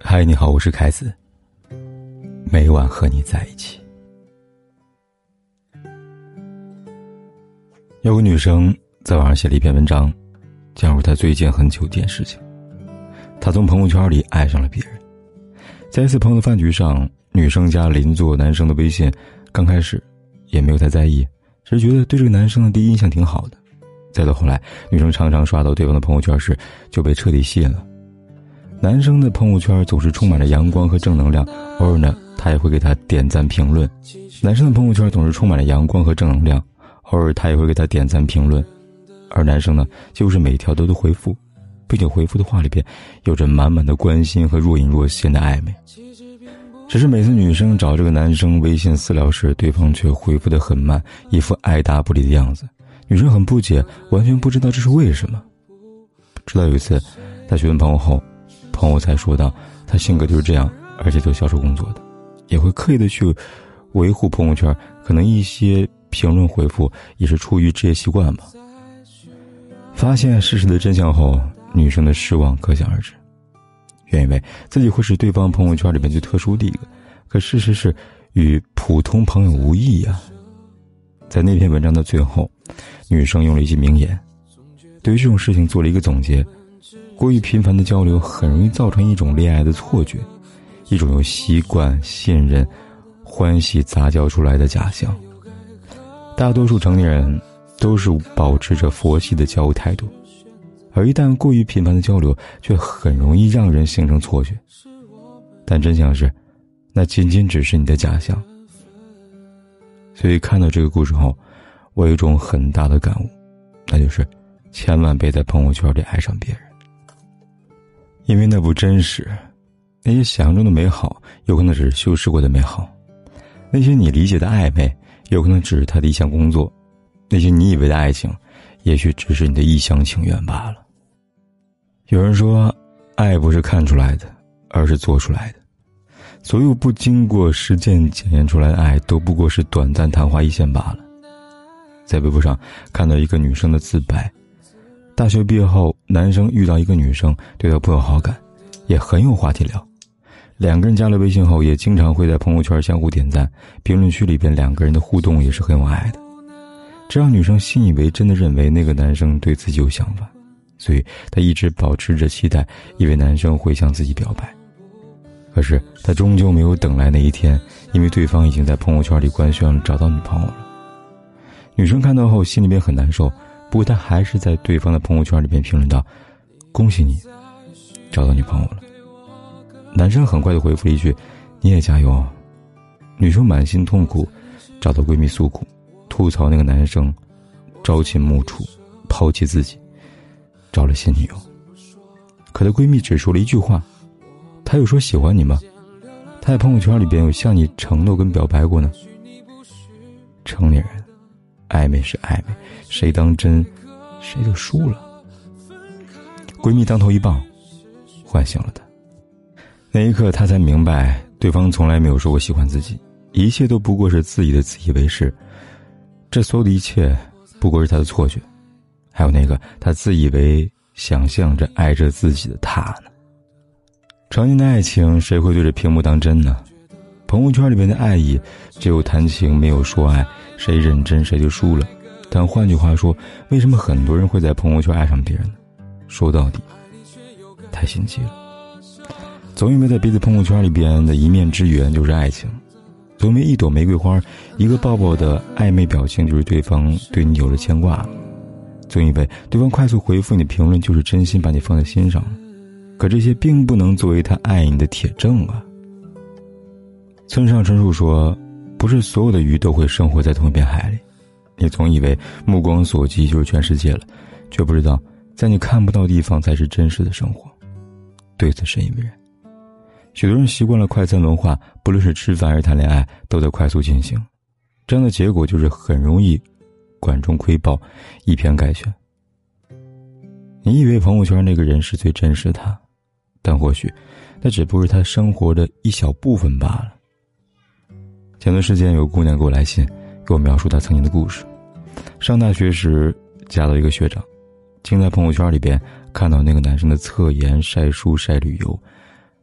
嗨，你好，我是凯子，每晚和你在一起。有个女生在网上写了一篇文章，讲述她最近很久的一件事情。她从朋友圈里爱上了别人。在一次朋友的饭局上，女生加邻座男生的微信，刚开始也没有太在意，只是觉得对这个男生的第一印象挺好的。再到后来，女生常常刷到对方的朋友圈时，就被彻底吸引了。男生的朋友圈总是充满着阳光和正能量，偶尔呢，他也会给他点赞评论。男生的朋友圈总是充满了阳光和正能量，偶尔他也会给他点赞评论。而男生呢，就是每条都回复，并且回复的话里边有着满满的关心和若隐若现的暧昧。只是每次女生找这个男生微信私聊时，对方却回复得很慢，一副爱答不理的样子。女生很不解，完全不知道这是为什么。直到有一次她询问朋友后，朋友才说到，他性格就是这样，而且做销售工作的，也会刻意的去维护朋友圈，可能一些评论回复也是出于职业习惯吧。发现事实的真相后，女生的失望可想而知。原以为自己会是对方朋友圈里面最特殊的一个，可事实是与普通朋友无异啊。在那篇文章的最后，女生用了一句名言，对于这种事情做了一个总结。过于频繁的交流很容易造成一种恋爱的错觉，一种由习惯、信任、欢喜杂交出来的假象。大多数成年人都是保持着佛系的交互态度，而一旦过于频繁的交流，却很容易让人形成错觉。但真相是，那仅仅只是你的假象。所以看到这个故事后，我有一种很大的感悟，那就是千万别在朋友圈里爱上别人。因为那不真实，那些想象中的美好有可能只是修饰过的美好，那些你理解的暧昧有可能只是他的一项工作，那些你以为的爱情也许只是你的一厢情愿罢了。有人说，爱不是看出来的，而是做出来的。所有不经过实践检验出来的爱，都不过是短暂昙花一现罢了。在微博上看到一个女生的自白，大学毕业后，男生遇到一个女生，对他颇有好感，也很有话题聊。两个人加了微信后，也经常会在朋友圈相互点赞，评论区里边两个人的互动也是很有爱的。这让女生信以为真的认为那个男生对自己有想法，所以她一直保持着期待，以为男生会向自己表白。可是她终究没有等来那一天，因为对方已经在朋友圈里官宣了找到女朋友了。女生看到后心里边很难受，不过他还是在对方的朋友圈里边评论道：“恭喜你，找到女朋友了。”男生很快就回复了一句：“你也加油哦。”女生满心痛苦，找到闺蜜诉苦，吐槽那个男生朝秦暮楚，抛弃自己，找了新女友。可她闺蜜只说了一句话：“他有说喜欢你吗？他在朋友圈里边有向你承诺跟表白过呢？”成年人暧昧是暧昧，谁当真谁就输了。闺蜜当头一棒，唤醒了她。那一刻她才明白，对方从来没有说过喜欢自己，一切都不过是自己的自以为是。这所有的一切不过是她的错觉，还有那个她自以为想象着爱着自己的他呢。常年的爱情谁会对着屏幕当真呢？朋友圈里面的爱意只有谈情没有说爱，谁认真谁就输了。但换句话说，为什么很多人会在朋友圈爱上别人呢？说到底，太心机了。总以为在彼此朋友圈里边的一面之缘就是爱情，总以为一朵玫瑰花一个抱抱的暧昧表情就是对方对你有了牵挂了，总以为对方快速回复你的评论就是真心把你放在心上了。可这些并不能作为他爱你的铁证啊。村上春树说，不是所有的鱼都会生活在同一片海里。你总以为目光所及就是全世界了，却不知道在你看不到的地方才是真实的生活。对此深以为然。许多人习惯了快餐文化，不论是吃饭还是谈恋爱都在快速进行，这样的结果就是很容易管中窥豹，以偏概全。你以为朋友圈那个人是最真实的他，但或许那只不过是他生活的一小部分罢了。前段时间有姑娘给我来信，给我描述她曾经的故事。上大学时加到一个学长，经在朋友圈里边看到那个男生的侧颜晒书晒旅游，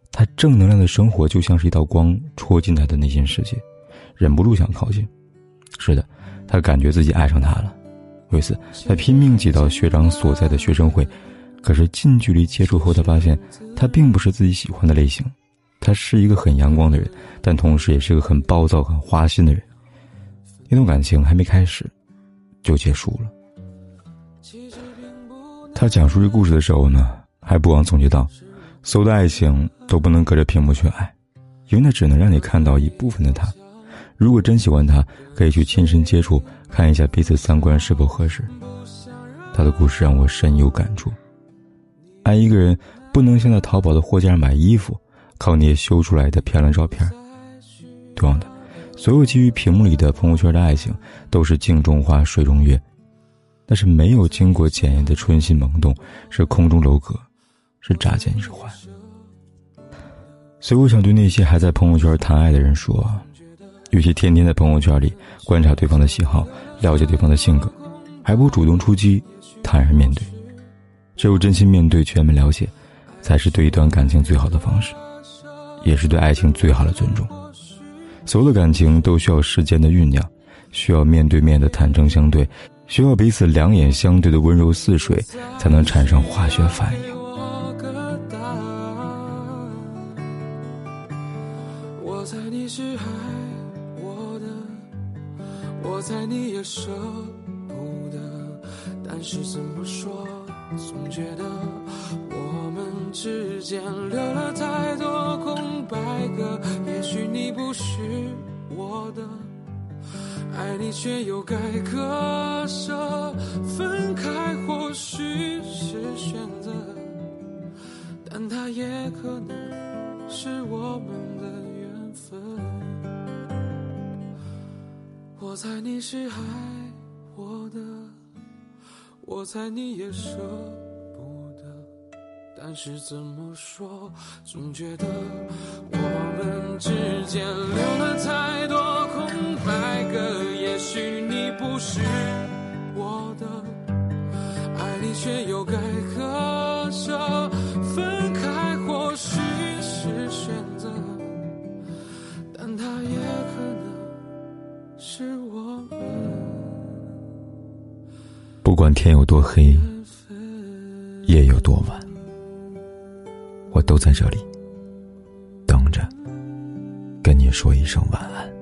他正能量的生活就像是一道光戳进他的内心世界，忍不住想靠近。是的，他感觉自己爱上他了。有一次他拼命挤到学长所在的学生会，可是近距离接触后，他发现他并不是自己喜欢的类型。他是一个很阳光的人，但同时也是个很暴躁很花心的人。那段感情还没开始就结束了。他讲述这故事的时候呢，还不忘总结到，所有的爱情都不能隔着屏幕去爱，因为那只能让你看到一部分的他。如果真喜欢他，可以去亲身接触，看一下彼此三观是否合适。他的故事让我深有感触。爱一个人不能像在淘宝的货架上买衣服，靠你修出来的漂亮照片。同样的，所有基于屏幕里的朋友圈的爱情都是镜中花水中月，那是没有经过检验的春心萌动，是空中楼阁，是乍见之欢。所以我想对那些还在朋友圈谈爱的人说，与其天天在朋友圈里观察对方的喜好，了解对方的性格，还不如主动出击，坦然面对。只有真心面对，全面了解，才是对一段感情最好的方式，也是对爱情最好的尊重。所有的感情都需要时间的酝酿，需要面对面的坦诚相对，需要彼此两眼相对的温柔似水，才能产生化学反应。 我猜你是爱我的，我猜你也舍不得，但是怎么说，总觉得我们之间留了太多空白格。也许你不是我的，爱你却又该割舍，分开或许是选择，但它也可能是我们的缘分。我猜你是爱我的，我猜你也舍不得，但是怎么说，总觉得我们之间留了太多空白格。也许你不是我的，爱你却又该割舍，分开或许是选择，但它也可能是我们。 不管天有多黑，夜有多晚，我都在这里等着跟你说一声晚安。